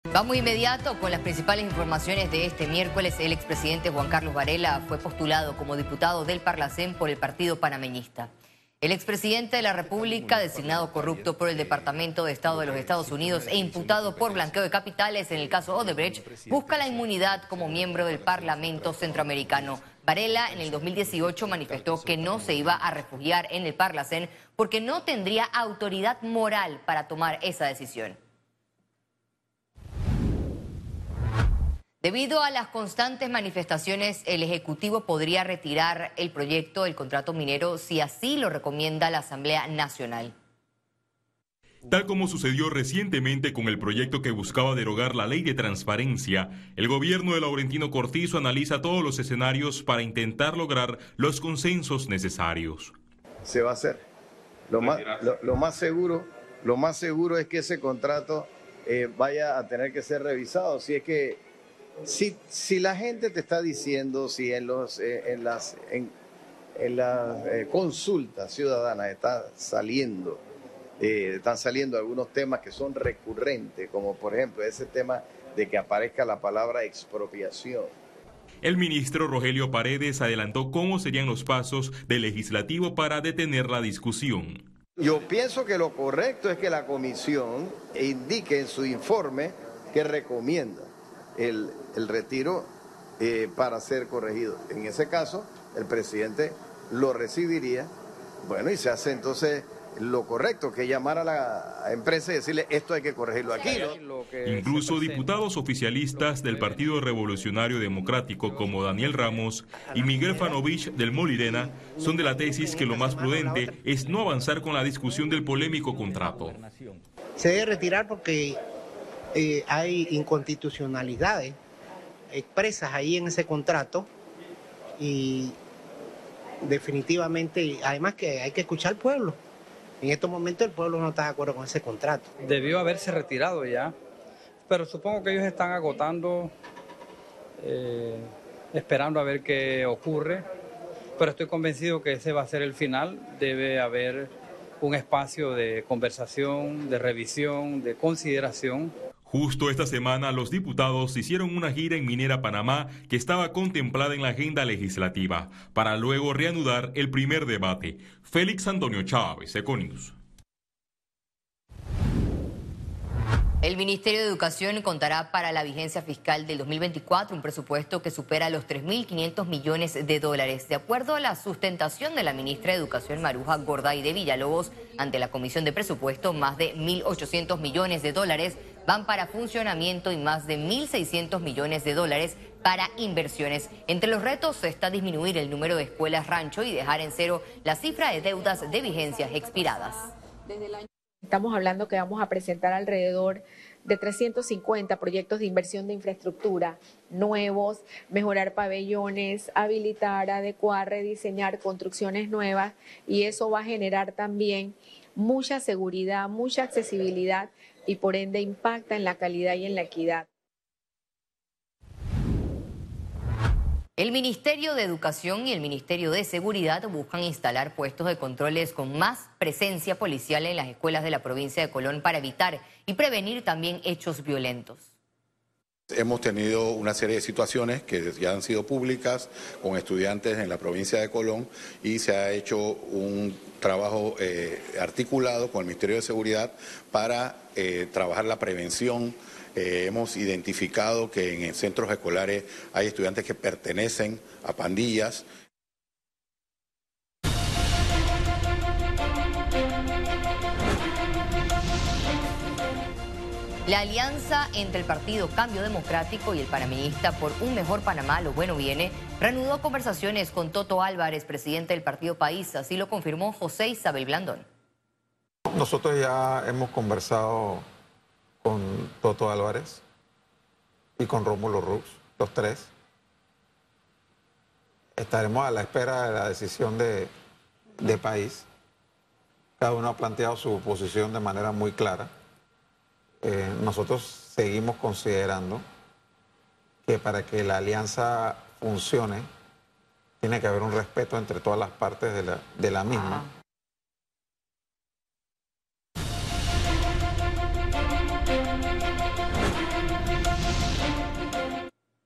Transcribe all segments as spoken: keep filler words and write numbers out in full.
Vamos inmediato con las principales informaciones de este miércoles. El expresidente Juan Carlos Varela fue postulado como diputado del Parlacén por el partido panameñista. El expresidente de la República, designado corrupto por el Departamento de Estado de los Estados Unidos e imputado por blanqueo de capitales en el caso Odebrecht, busca la inmunidad como miembro del Parlamento Centroamericano. Varela en el dos mil dieciocho manifestó que no se iba a refugiar en el Parlacén porque no tendría autoridad moral para tomar esa decisión. Debido a las constantes manifestaciones, el Ejecutivo podría retirar el proyecto del contrato minero si así lo recomienda la Asamblea Nacional. Tal como sucedió recientemente con el proyecto que buscaba derogar la ley de transparencia, el gobierno de Laurentino Cortizo analiza todos los escenarios para intentar lograr los consensos necesarios. Se va a hacer. Lo más, lo, lo más seguro, lo más seguro es que ese contrato eh, vaya a tener que ser revisado. Si es que Si, si la gente te está diciendo, si en, los, eh, en las, en, en las eh, consultas ciudadanas está saliendo, eh, están saliendo algunos temas que son recurrentes, como por ejemplo ese tema de que aparezca la palabra expropiación. El ministro Rogelio Paredes adelantó cómo serían los pasos del legislativo para detener la discusión. Yo pienso que lo correcto es que la comisión indique en su informe que recomienda El, el retiro eh, para ser corregido. En ese caso, el presidente lo recibiría, bueno, y se hace entonces lo correcto, que es llamar a la empresa y decirle esto hay que corregirlo aquí, ¿no? Incluso diputados oficialistas del Partido Revolucionario Democrático como Daniel Ramos y Miguel Fanovich del Molirena son de la tesis que lo más prudente es no avanzar con la discusión del polémico contrato. Se debe retirar porque Eh, hay inconstitucionalidades expresas ahí en ese contrato y definitivamente, además que hay que escuchar al pueblo. En estos momentos el pueblo no está de acuerdo con ese contrato. Debió haberse retirado ya, pero supongo que ellos están agotando, eh, esperando a ver qué ocurre, pero estoy convencido que ese va a ser el final. Debe haber un espacio de conversación, de revisión, de consideración. Justo esta semana los diputados hicieron una gira en Minera Panamá que estaba contemplada en la agenda legislativa para luego reanudar el primer debate. Félix Antonio Chávez, Econius. El Ministerio de Educación contará para la vigencia fiscal del dos mil veinticuatro un presupuesto que supera los tres mil quinientos millones de dólares. De acuerdo a la sustentación de la ministra de Educación, Maruja Gorday de Villalobos, ante la Comisión de Presupuesto, más de mil ochocientos millones de dólares van para funcionamiento y más de mil seiscientos millones de dólares para inversiones. Entre los retos está disminuir el número de escuelas rancho y dejar en cero la cifra de deudas de vigencias expiradas. Desde el año... Estamos hablando que vamos a presentar alrededor de trescientos cincuenta proyectos de inversión de infraestructura nuevos, mejorar pabellones, habilitar, adecuar, rediseñar construcciones nuevas, y eso va a generar también mucha seguridad, mucha accesibilidad y por ende impacta en la calidad y en la equidad. El Ministerio de Educación y el Ministerio de Seguridad buscan instalar puestos de controles con más presencia policial en las escuelas de la provincia de Colón para evitar y prevenir también hechos violentos. Hemos tenido una serie de situaciones que ya han sido públicas con estudiantes en la provincia de Colón y se ha hecho un trabajo eh, articulado con el Ministerio de Seguridad para eh, trabajar la prevención. Eh, hemos identificado que en centros escolares hay estudiantes que pertenecen a pandillas. La alianza entre el Partido Cambio Democrático y el panameñista por un mejor Panamá, lo bueno viene, reanudó conversaciones con Toto Álvarez, presidente del Partido País. Así lo confirmó José Isabel Blandón. Nosotros ya hemos conversado con Toto Álvarez y con Rómulo Rux, los tres. Estaremos a la espera de la decisión de, de País. Cada uno ha planteado su posición de manera muy clara. Eh, nosotros seguimos considerando que para que la alianza funcione tiene que haber un respeto entre todas las partes de la, de la misma. Ajá.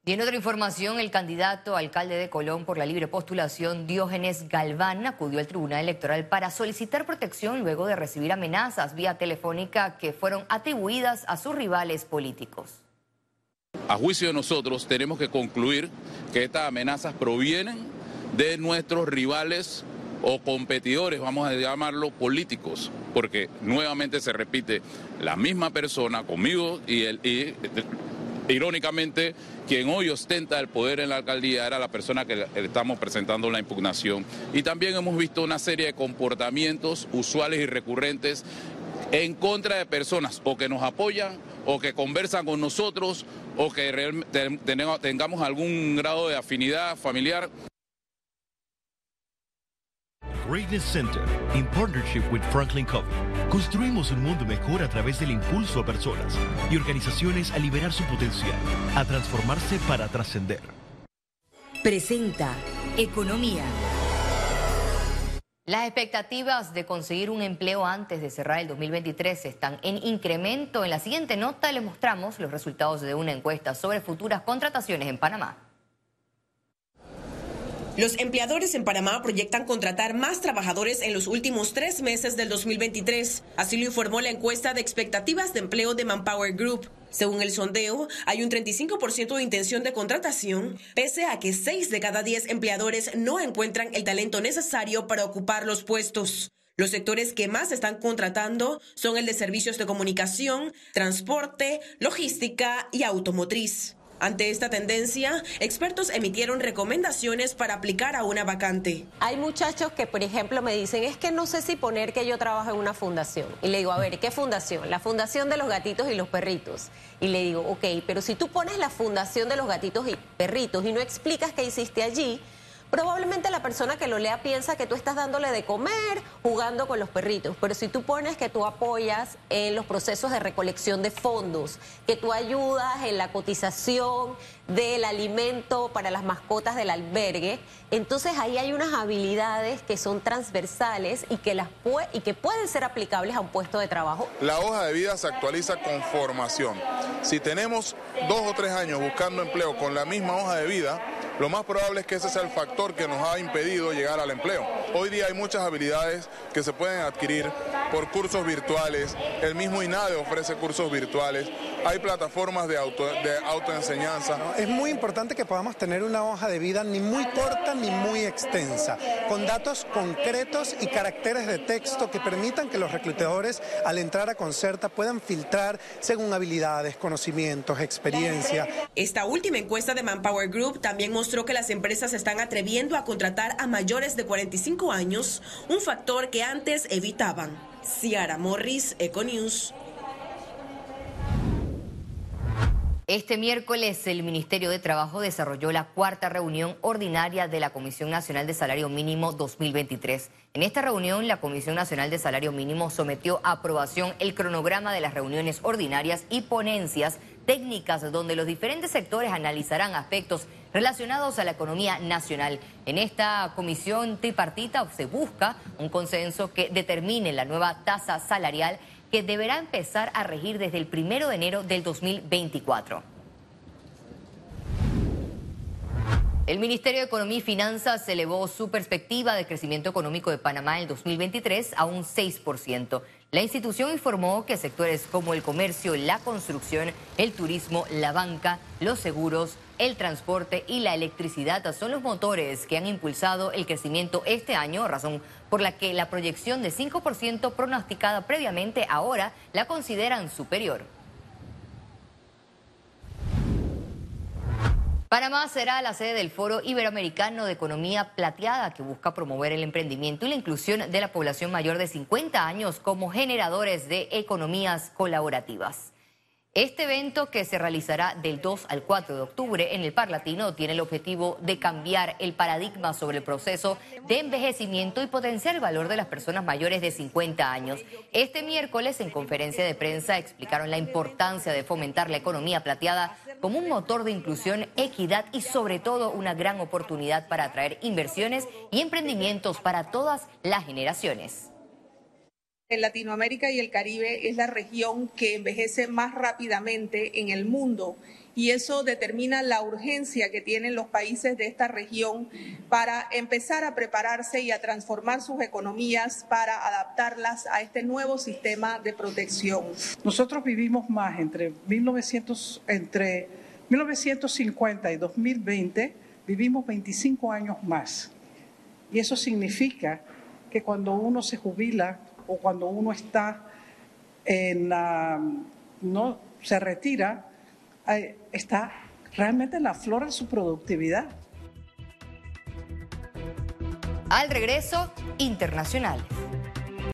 Y en otra información, el candidato a alcalde de Colón por la libre postulación, Diógenes Galván, acudió al Tribunal Electoral para solicitar protección luego de recibir amenazas vía telefónica que fueron atribuidas a sus rivales políticos. A juicio de nosotros, tenemos que concluir que estas amenazas provienen de nuestros rivales o competidores, vamos a llamarlo políticos, porque nuevamente se repite la misma persona conmigo y el... Y, irónicamente, quien hoy ostenta el poder en la alcaldía era la persona que le estamos presentando la impugnación. Y también hemos visto una serie de comportamientos usuales y recurrentes en contra de personas o que nos apoyan o que conversan con nosotros o que realmente tengamos algún grado de afinidad familiar. Greatness Center, in partnership with Franklin Covey. Construimos un mundo mejor a través del impulso a personas y organizaciones a liberar su potencial, a transformarse para trascender. Presenta Economía. Las expectativas de conseguir un empleo antes de cerrar el dos mil veintitrés están en incremento. En la siguiente nota les mostramos los resultados de una encuesta sobre futuras contrataciones en Panamá. Los empleadores en Panamá proyectan contratar más trabajadores en los últimos tres meses del dos mil veintitrés. Así lo informó la encuesta de expectativas de empleo de Manpower Group. Según el sondeo, hay un treinta y cinco por ciento de intención de contratación, pese a que seis de cada diez empleadores no encuentran el talento necesario para ocupar los puestos. Los sectores que más están contratando son el de servicios de comunicación, transporte, logística y automotriz. Ante esta tendencia, expertos emitieron recomendaciones para aplicar a una vacante. Hay muchachos que, por ejemplo, me dicen, es que no sé si poner que yo trabajo en una fundación. Y le digo, a ver, ¿qué fundación? La fundación de los gatitos y los perritos. Y le digo, ok, pero si tú pones la fundación de los gatitos y perritos y no explicas qué hiciste allí, probablemente la persona que lo lea piensa que tú estás dándole de comer, jugando con los perritos. Pero si tú pones que tú apoyas en los procesos de recolección de fondos, que tú ayudas en la cotización del alimento para las mascotas del albergue, entonces ahí hay unas habilidades que son transversales y que, las pue- y que pueden ser aplicables a un puesto de trabajo. La hoja de vida se actualiza con formación. Si tenemos dos o tres años buscando empleo con la misma hoja de vida, lo más probable es que ese sea el factor que nos ha impedido llegar al empleo. Hoy día hay muchas habilidades que se pueden adquirir por cursos virtuales. El mismo INADE ofrece cursos virtuales. Hay plataformas de, auto, de autoenseñanza. Es muy importante que podamos tener una hoja de vida ni muy corta ni muy extensa, con datos concretos y caracteres de texto que permitan que los reclutadores, al entrar a Concerta, puedan filtrar según habilidades, conocimientos, experiencia. Esta última encuesta de Manpower Group también mostró que las empresas se están atreviendo a contratar a mayores de cuarenta y cinco años, un factor que antes evitaban. Ciara Morris, Econews. Este miércoles el Ministerio de Trabajo desarrolló la cuarta reunión ordinaria de la Comisión Nacional de Salario Mínimo dos mil veintitrés. En esta reunión, la Comisión Nacional de Salario Mínimo sometió a aprobación el cronograma de las reuniones ordinarias y ponencias técnicas donde los diferentes sectores analizarán aspectos relacionados a la economía nacional. En esta comisión tripartita se busca un consenso que determine la nueva tasa salarial que deberá empezar a regir desde el primero de enero del dos mil veinticuatro. El Ministerio de Economía y Finanzas elevó su perspectiva de crecimiento económico de Panamá en el dos mil veintitrés a un seis por ciento. La institución informó que sectores como el comercio, la construcción, el turismo, la banca, los seguros, el transporte y la electricidad son los motores que han impulsado el crecimiento este año, razón por la que la proyección de cinco por ciento pronosticada previamente ahora la consideran superior. Panamá será la sede del Foro Iberoamericano de Economía Plateada, que busca promover el emprendimiento y la inclusión de la población mayor de cincuenta años como generadores de economías colaborativas. Este evento, que se realizará del dos al cuatro de octubre en el Parlatino, tiene el objetivo de cambiar el paradigma sobre el proceso de envejecimiento y potenciar el valor de las personas mayores de cincuenta años. Este miércoles, en conferencia de prensa, explicaron la importancia de fomentar la economía plateada como un motor de inclusión, equidad y sobre todo una gran oportunidad para atraer inversiones y emprendimientos para todas las generaciones. En Latinoamérica y el Caribe es la región que envejece más rápidamente en el mundo y eso determina la urgencia que tienen los países de esta región para empezar a prepararse y a transformar sus economías para adaptarlas a este nuevo sistema de protección. Nosotros vivimos más entre, mil novecientos, entre mil novecientos cincuenta y dos mil veinte, vivimos veinticinco años más. Y eso significa que cuando uno se jubila o cuando uno está en la, no se retira, eh, está realmente en la flor de su productividad. Al regreso, internacionales.